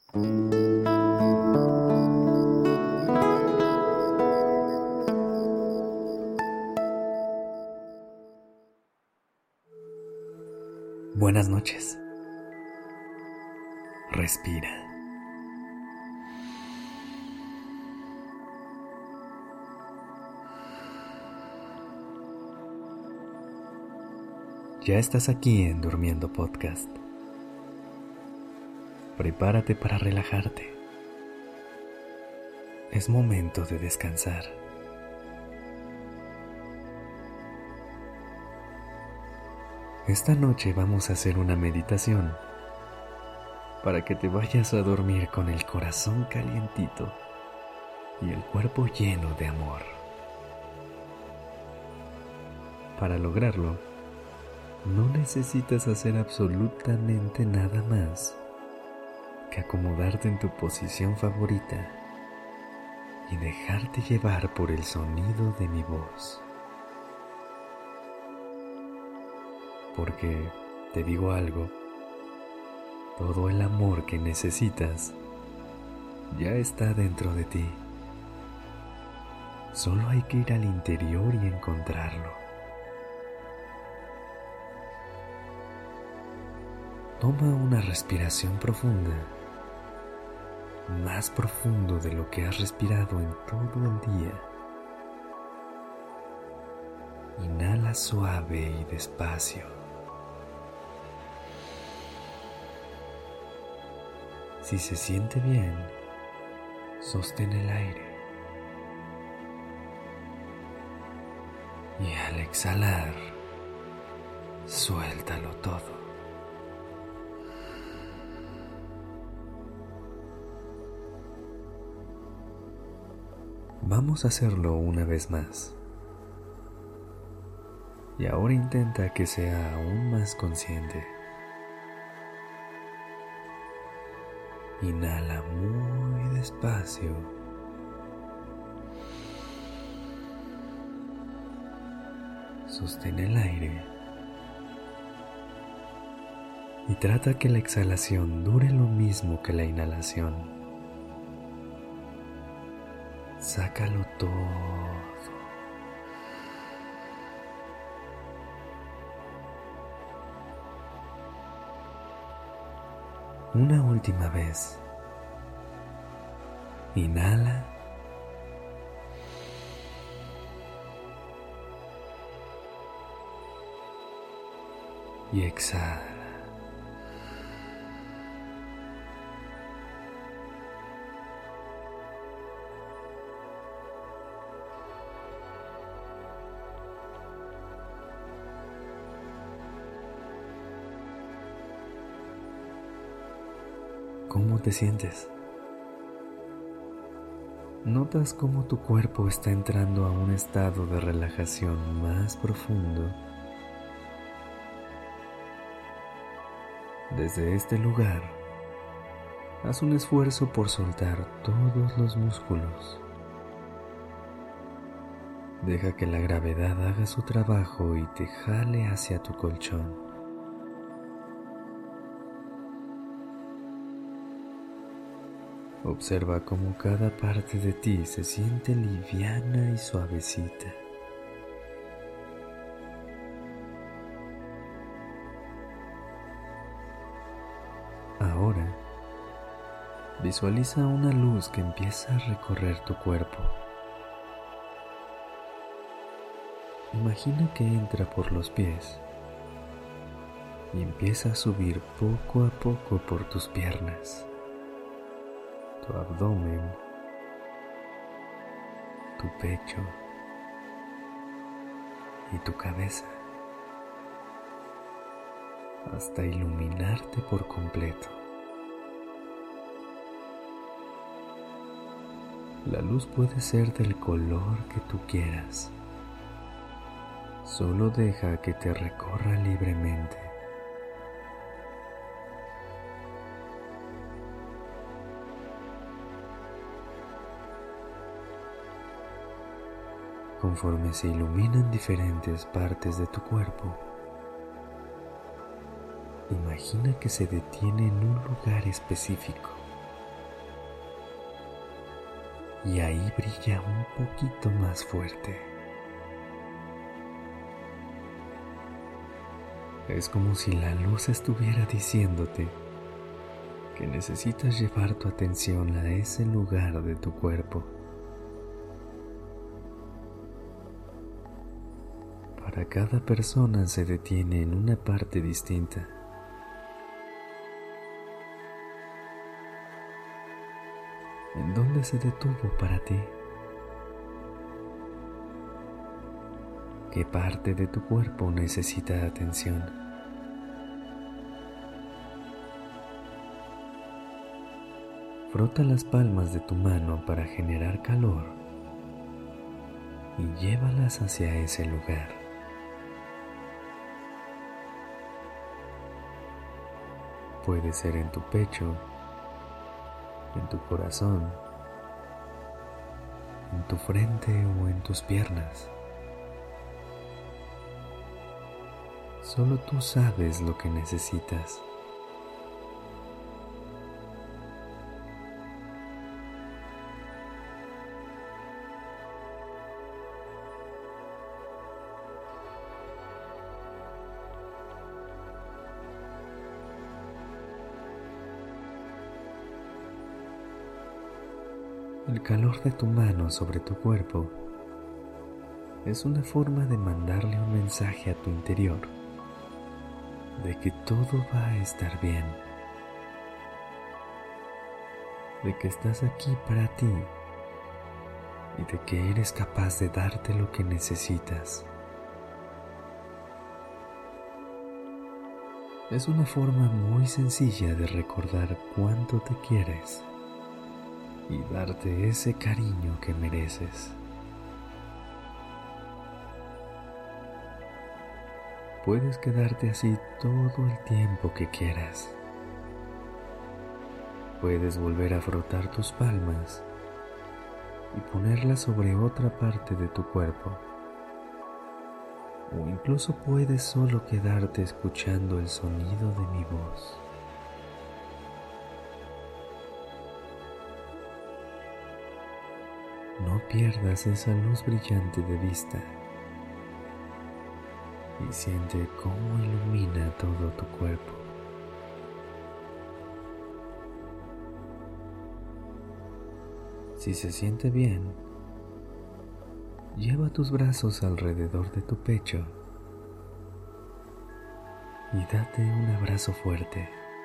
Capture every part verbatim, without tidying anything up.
Buenas noches. Respira. Ya estás aquí en Durmiendo Podcast. Prepárate para relajarte. Es momento de descansar. Esta noche vamos a hacer una meditación para que te vayas a dormir con el corazón calientito y el cuerpo lleno de amor. Para lograrlo, no necesitas hacer absolutamente nada más que acomodarte en tu posición favorita y dejarte llevar por el sonido de mi voz. Porque, te digo algo, todo el amor que necesitas ya está dentro de ti. Solo hay que ir al interior y encontrarlo. Toma una respiración profunda, más profundo de lo que has respirado en todo el día. Inhala suave y despacio. Si se siente bien, sostén el aire. Y al exhalar, suéltalo todo. Vamos a hacerlo una vez más. Y ahora intenta que sea aún más consciente. Inhala muy despacio. Sostén el aire. Y trata que la exhalación dure lo mismo que la inhalación. Sácalo todo. Una última vez. Inhala. Y exhala. ¿Cómo te sientes? ¿Notas cómo tu cuerpo está entrando a un estado de relajación más profundo? Desde este lugar, haz un esfuerzo por soltar todos los músculos. Deja que la gravedad haga su trabajo y te jale hacia tu colchón. Observa cómo cada parte de ti se siente liviana y suavecita. Ahora, visualiza una luz que empieza a recorrer tu cuerpo. Imagina que entra por los pies y empieza a subir poco a poco por tus piernas, tu abdomen, tu pecho y tu cabeza, hasta iluminarte por completo. La luz puede ser del color que tú quieras. Solo deja que te recorra libremente. Conforme se iluminan diferentes partes de tu cuerpo, imagina que se detiene en un lugar específico y ahí brilla un poquito más fuerte. Es como si la luz estuviera diciéndote que necesitas llevar tu atención a ese lugar de tu cuerpo. Para cada persona se detiene en una parte distinta. ¿En dónde se detuvo para ti? ¿Qué parte de tu cuerpo necesita atención? Frota las palmas de tu mano para generar calor y llévalas hacia ese lugar. Puede ser en tu pecho, en tu corazón, en tu frente o en tus piernas. Solo tú sabes lo que necesitas. El calor de tu mano sobre tu cuerpo es una forma de mandarle un mensaje a tu interior de que todo va a estar bien, de que estás aquí para ti y de que eres capaz de darte lo que necesitas. Es una forma muy sencilla de recordar cuánto te quieres y darte ese cariño que mereces. Puedes quedarte así todo el tiempo que quieras. Puedes volver a frotar tus palmas y ponerlas sobre otra parte de tu cuerpo. O incluso puedes solo quedarte escuchando el sonido de mi voz. No pierdas esa luz brillante de vista y siente cómo ilumina todo tu cuerpo. Si se siente bien, lleva tus brazos alrededor de tu pecho y date un abrazo fuerte.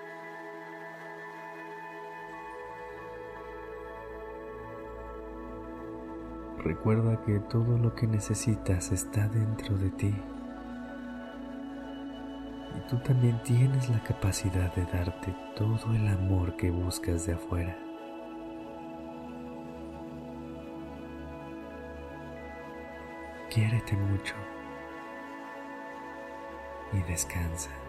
Recuerda que todo lo que necesitas está dentro de ti y tú también tienes la capacidad de darte todo el amor que buscas de afuera. Quiérete mucho y descansa.